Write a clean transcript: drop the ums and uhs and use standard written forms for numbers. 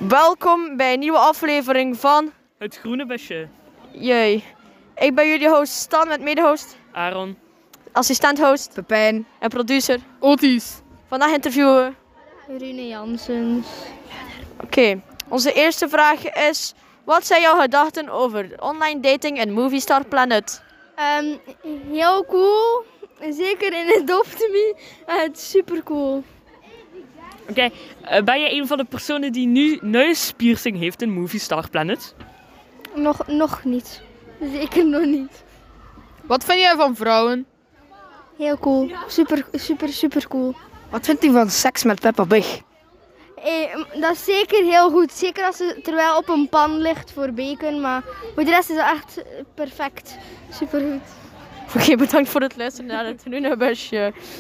Welkom bij een nieuwe aflevering van Het Groene Besje. Jee. Ik ben jullie host Stan met mede-host, Aaron. assistent-host Pepijn. en producer. Otis. Vandaag interviewen we. Rune Janssens. Oké, onze eerste vraag is: wat zijn jouw gedachten over online dating en Movie Star Planet? Heel cool. Zeker in het Doptemy. Het is super cool. Oké, ben je een van de personen die nu neuspiercing heeft in Movie Star Planet? Nog niet. Zeker nog niet. Wat vind jij van vrouwen? Heel cool. Super cool. Wat vindt u van seks met Peppa Pig? Dat is zeker heel goed. Zeker als ze terwijl op een pan ligt voor bacon. Maar voor de rest is dat echt perfect. Super goed. Oké, bedankt voor het luisteren naar het Groene Besje.